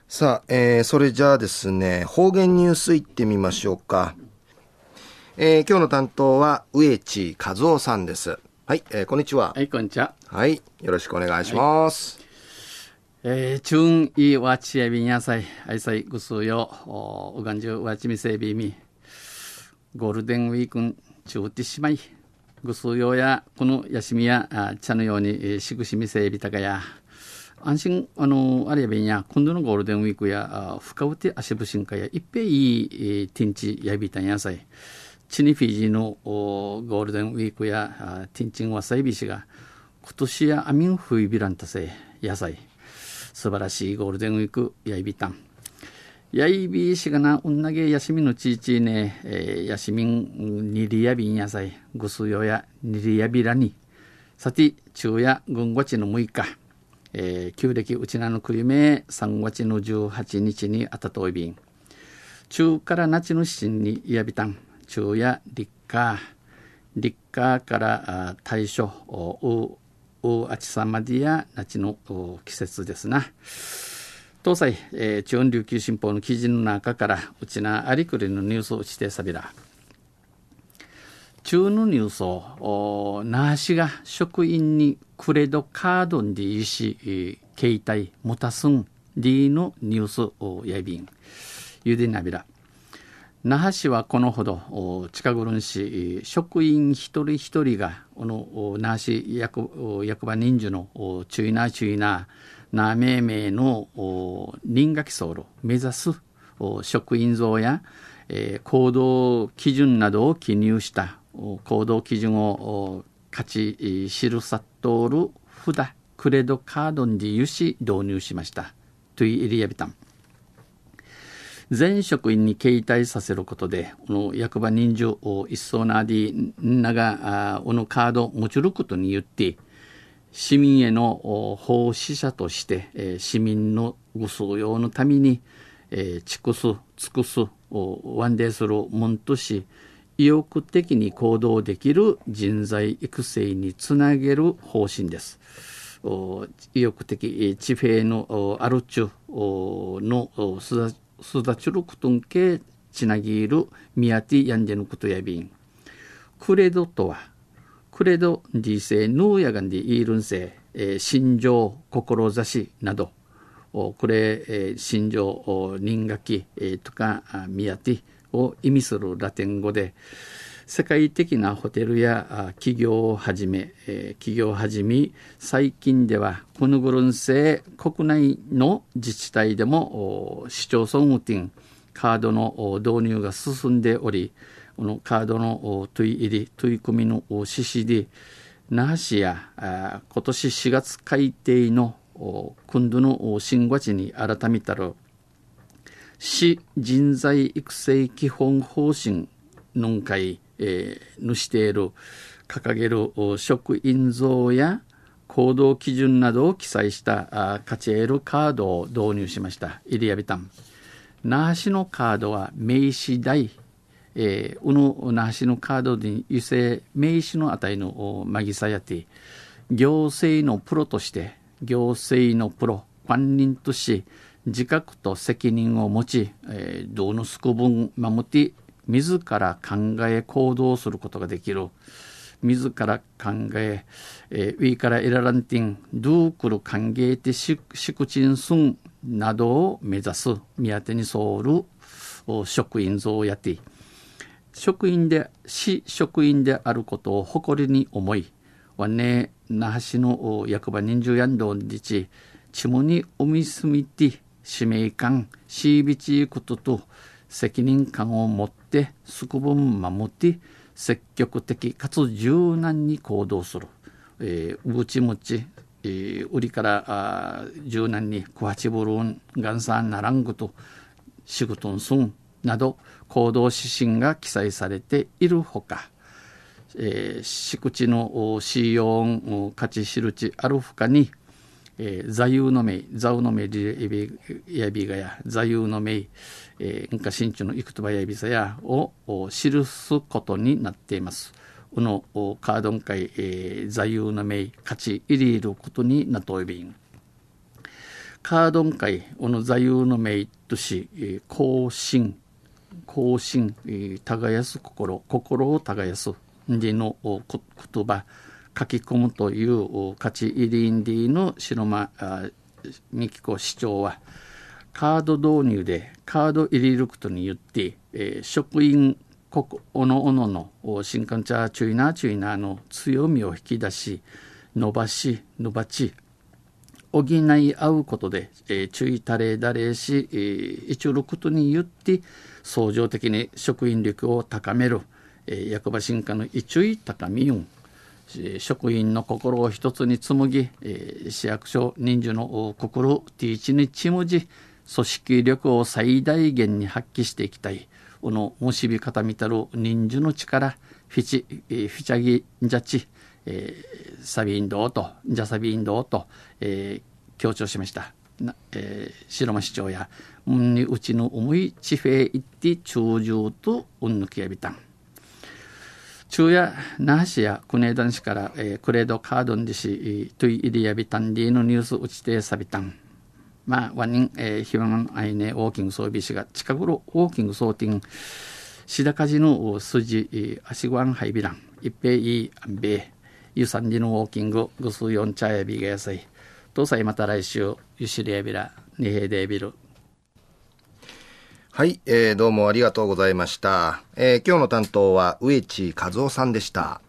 さあ、それじゃあですね、方言ニュースいってみましょうか。今日の担当は植地和夫さんです。はい、こんにちは。 はい、こんにちは。 はい、よろしくお願いします。 中いわちやびんやさい、あいさいぐすうよ、うがんじゅうわちみせびみ、ゴールデンウィークン中ってしまい、ぐすうよや、このやしみや、茶のように、しぐしみせびたかや、安心、あれやびんや、今度のゴールデンウィークや、深うて足ぶしんかや、いっぺい、ティンチやびたんやさい。チニフィジーのゴールデンウィークや、ティンチンはさいびしが、今年やアミンフイビランタセ、野菜。素晴らしいゴールデンウィークやいびたんやいびしがなうんなげやしみのちいちね、やしみんにりやびんやさいぐすよやにりやびらにさて昼夜軍月の6日、旧暦うちなのくりめ3月の18日にあたといびん中から夏の七にやびたん昼夜立夏から大暑あちさまでや夏の季節ですな。東西、中央琉球新報の記事の中からうちなありくりのニュースを指定さびら。中のニュースを那覇市が職員にクレドカードでいし、携帯持たすん D のニュースをやびん。ゆでなびら。那覇市はこのほど近頃市職員一人一人が那覇市役場人事の注意なな命名の人がきそうる目指す職員像や、行動基準などを記入した行動基準を記さっとる札クレドカードにゆし導入しましたというエリアビタン全職員に携帯させることで、役場人事を一層なりなが、カードを持ちることによって、市民への奉仕者として、市民のご相用のために、尽くす、ワンデーするもんとし、意欲的に行動できる人材育成につなげる方針です。意欲的地平のあるちゅのすだちゅることんけちなぎるみやてやんでのことやびんクレドとはクレド人生ヌーやがんでいるんせ心情志などこれ心情人がきとかみやてを意味するラテン語で世界的なホテルや企業をはじめ最近ではこのぐるんせ国内の自治体でも市町村ウティンカードの導入が進んでおりこのカードの取り組みの指針で那覇市や今年4月改定の今度の新月に改めたる市人材育成基本方針の会ぬしている掲げる職員像や行動基準などを記載したカチェールカードを導入しましたイリアビタン那覇市のカードは名刺代那覇市のカードに油性名刺の値のマギサヤティ行政のプロとして行政のプロ官人とし自覚と責任を持ち、どのすく分守って自ら考え行動することができる自ら考えウィーからエラランティンドゥークル歓迎てしくちんすんなどを目指す宮手にそうる職員像やて市職員であることを誇りに思いわね那覇市の役場人事やんどんじちちもにおみすみて使命感しびちことと責任感を持ってすくぶん守って積極的かつ柔軟に行動する、うちもち、売りから柔軟にくわちぶるんがんさんならんぐと仕事んすんなど行動指針が記載されているほか、敷地の使用価値しるちあるほかに座右の銘やびがや座右の銘か新地のいくとばやびさやを記すことになっています。このカードン会、座右の銘価値入れることになっておびんカードン会おの座右の銘とし、更新、耕す心を耕すでの言葉書き込むという価値入りんでの白間美紀子市長は、カード導入でカード入れることによって、職員おのおのの新幹茶チュイナーの強みを引き出し伸ばち補い合うことで、注意たれだれし、一応ることによって相乗的に職員力を高める、役場新課の一位高みゆん、職員の心を一つに紡ぎ、市役所人数の心ティーチにちむじ組織力を最大限に発揮していきたい。このもしび方みたる人数の力フィチャギンジャチ、サビインドとジャサビインドと、強調しました。白間市長やにうちの思い地平行って中将とうんぬきやびたん。昼夜那覇市や国枝市から、クレードカードンディ市トゥイイリヤビタンディのニュース打ちてさびたん。まあワニンヒワンアイネウォーキング装備士が近頃ウォーキング装ティンシダカジの筋足ごわんハイビラン一平いアンベユサンディのウォーキンググスヨンチャヤビがやさい東西また来週ユシリヤビラニヘデビル。 はい、どうもありがとうございました。今日の担当は植地和夫さんでした。